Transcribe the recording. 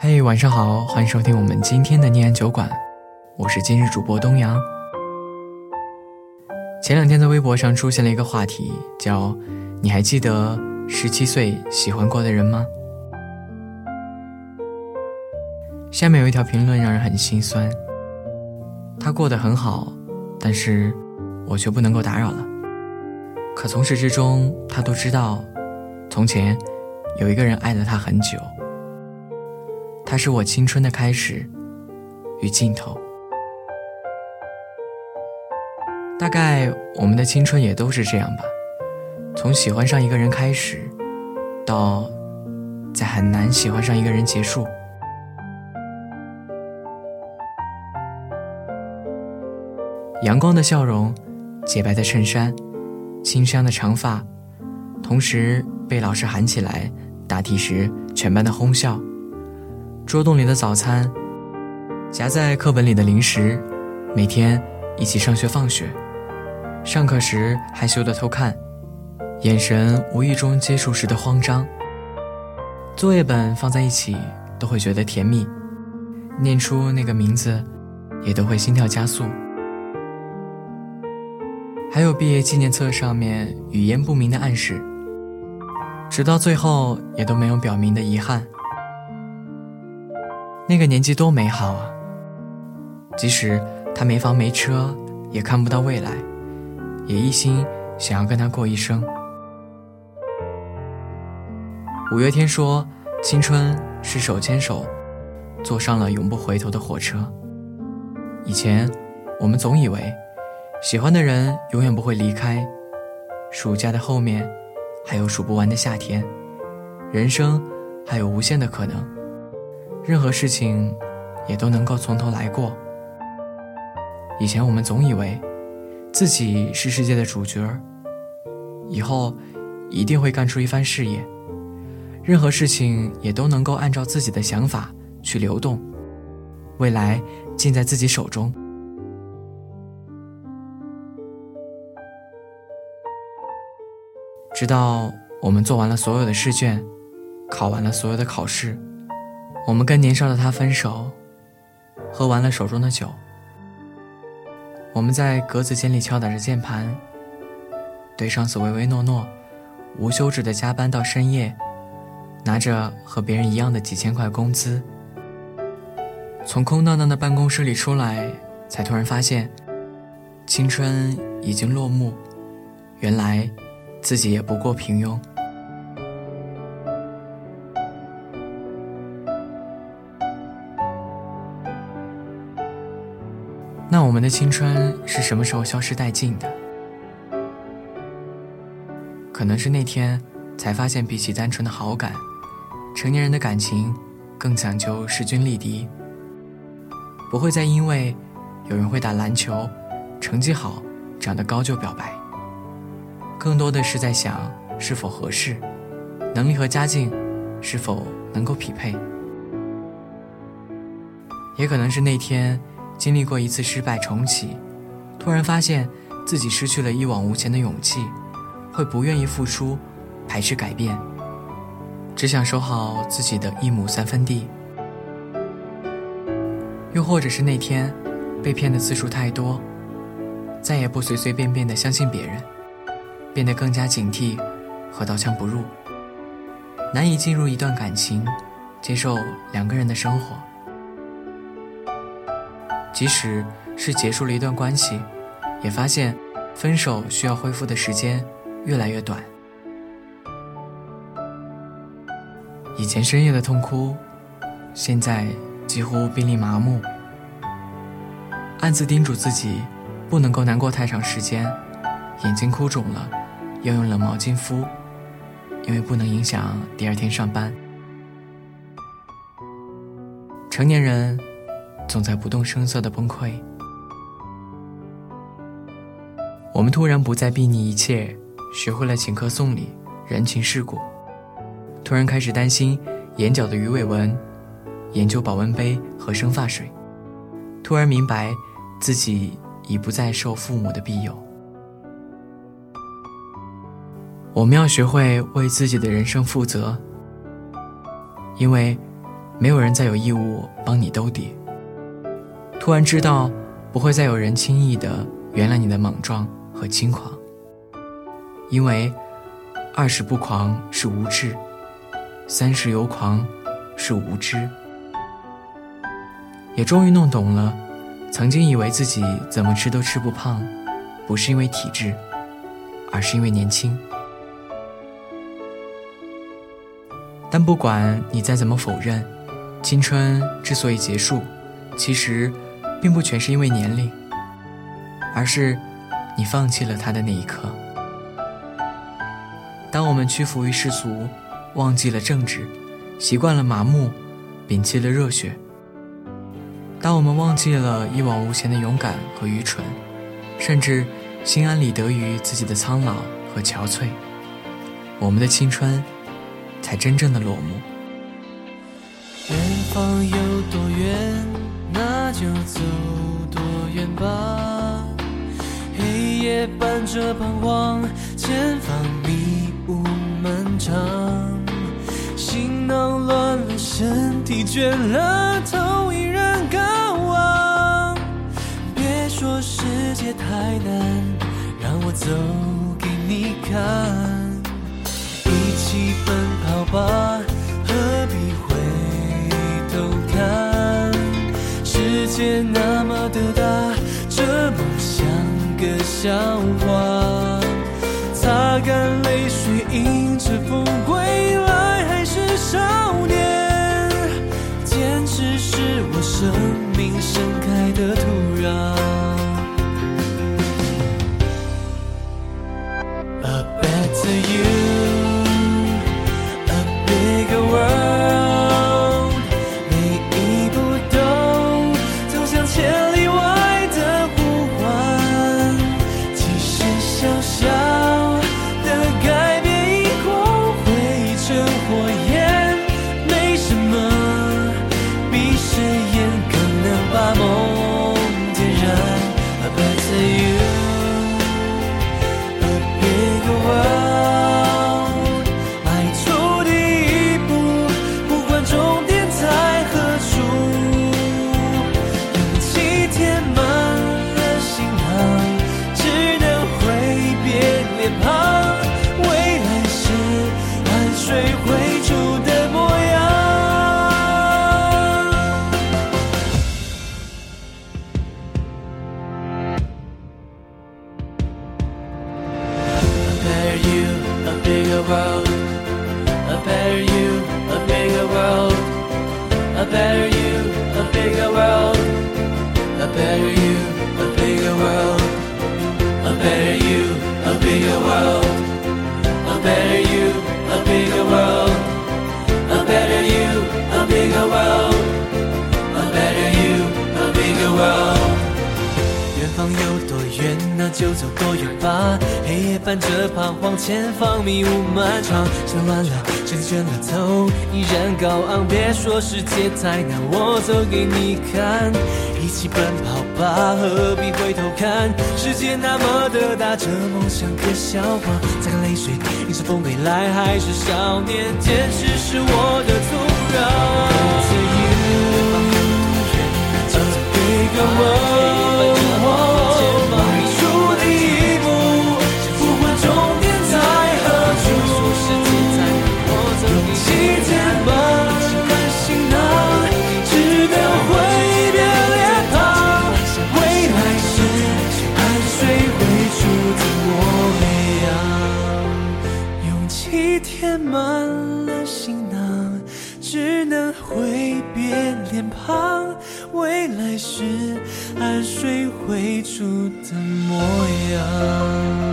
嘿，晚上好，欢迎收听我们今天的念安酒馆，我是今日主播东阳。前两天在微博上出现了一个话题，叫你还记得17岁喜欢过的人吗？下面有一条评论让人很心酸，他过得很好，但是我却不能够打扰了。可从始至终他都知道，从前有一个人爱了他很久，他是我青春的开始与尽头。大概我们的青春也都是这样吧，从喜欢上一个人开始，到在很难喜欢上一个人结束。阳光的笑容，洁白的衬衫，清香的长发，同时被老师喊起来答题时全班的哄笑，桌洞里的早餐，夹在课本里的零食，每天一起上学放学，上课时害羞的偷看，眼神无意中接触时的慌张，作业本放在一起都会觉得甜蜜，念出那个名字也都会心跳加速。还有毕业纪念册上面语言不明的暗示，直到最后也都没有表明的遗憾。那个年纪多美好啊，即使他没房没车，也看不到未来，也一心想要跟他过一生。五月天说，青春是手牵手坐上了永不回头的火车。以前我们总以为喜欢的人永远不会离开，暑假的后面还有数不完的夏天，人生还有无限的可能，任何事情也都能够从头来过。以前我们总以为自己是世界的主角，以后一定会干出一番事业，任何事情也都能够按照自己的想法去流动，未来尽在自己手中。直到我们做完了所有的试卷，考完了所有的考试，我们跟年少的他分手，喝完了手中的酒，我们在格子间里敲打着键盘，对上司唯唯诺诺，无休止的加班到深夜，拿着和别人一样的几千块工资，从空荡荡的办公室里出来，才突然发现青春已经落幕，原来自己也不过平庸。那我们的青春是什么时候消失殆尽的？可能是那天才发现，比起单纯的好感，成年人的感情更讲究势均力敌，不会再因为有人会打篮球，成绩好，长得高就表白，更多的是在想是否合适，能力和家境是否能够匹配。也可能是那天经历过一次失败重启，突然发现自己失去了一往无前的勇气，会不愿意付出，排斥改变，只想守好自己的1亩3分地。又或者是那天被骗的次数太多，再也不随随便便地相信别人，变得更加警惕和刀枪不入，难以进入一段感情，接受两个人的生活。即使是结束了一段关系，也发现分手需要恢复的时间越来越短。以前深夜的痛哭，现在几乎濒临麻木，暗自叮嘱自己不能够难过太长时间，眼睛哭肿了要用冷毛巾敷，因为不能影响第二天上班。成年人总在不动声色的崩溃，我们突然不再睥睨一切，学会了请客送礼，人情世故，突然开始担心眼角的鱼尾纹，研究保温杯和生发水，突然明白自己已不再受父母的庇佑。我们要学会为自己的人生负责，因为没有人再有义务帮你兜底。突然知道不会再有人轻易地原谅你的莽撞和轻狂，因为20不狂是无智，30有狂是无知。也终于弄懂了，曾经以为自己怎么吃都吃不胖，不是因为体质，而是因为年轻。但不管你再怎么否认，青春之所以结束，其实并不全是因为年龄，而是你放弃了它的那一刻。当我们屈服于世俗，忘记了正直，习惯了麻木，摒弃了热血，当我们忘记了一往无前的勇敢和愚蠢，甚至心安理得于自己的苍老和憔悴，我们的青春才真正的落幕。 远方有多远，那就走多远吧。黑夜伴着彷徨，前方迷雾漫长。行囊乱了，身体倦了，头依然高望。别说世界太难，让我走给你看。一起奔跑吧，何必回头看？世界那么的大，这梦像个笑话。擦干泪水，迎着风归来，还是少年。坚持是我生命盛开的土壤。A better you，A bigger world， 每一步都走向千里外的呼唤。即使小小的改变以后会成火焰，没什么比誓言更能把梦点燃。A better you，A bigger world。A better you, a bigger world. A better you, a bigger world. A better you, a bigger world. A better you, a bigger world. A better you, a bigger world. A better you, a bigger world. A better you, a bigger world. 远方有多远，那就走多远吧。黑夜伴着彷徨，前方迷雾漫长。想乱了，身体倦了，头依然高昂。别说世界太难，我走给你看。一起奔跑吧，何必回头看？世界那么的大，这梦像个笑话。擦干泪水，迎着风归来，还是少年。坚持是我的土壤。填满了行囊，只能挥别脸庞，未来是汗水汇出的模样。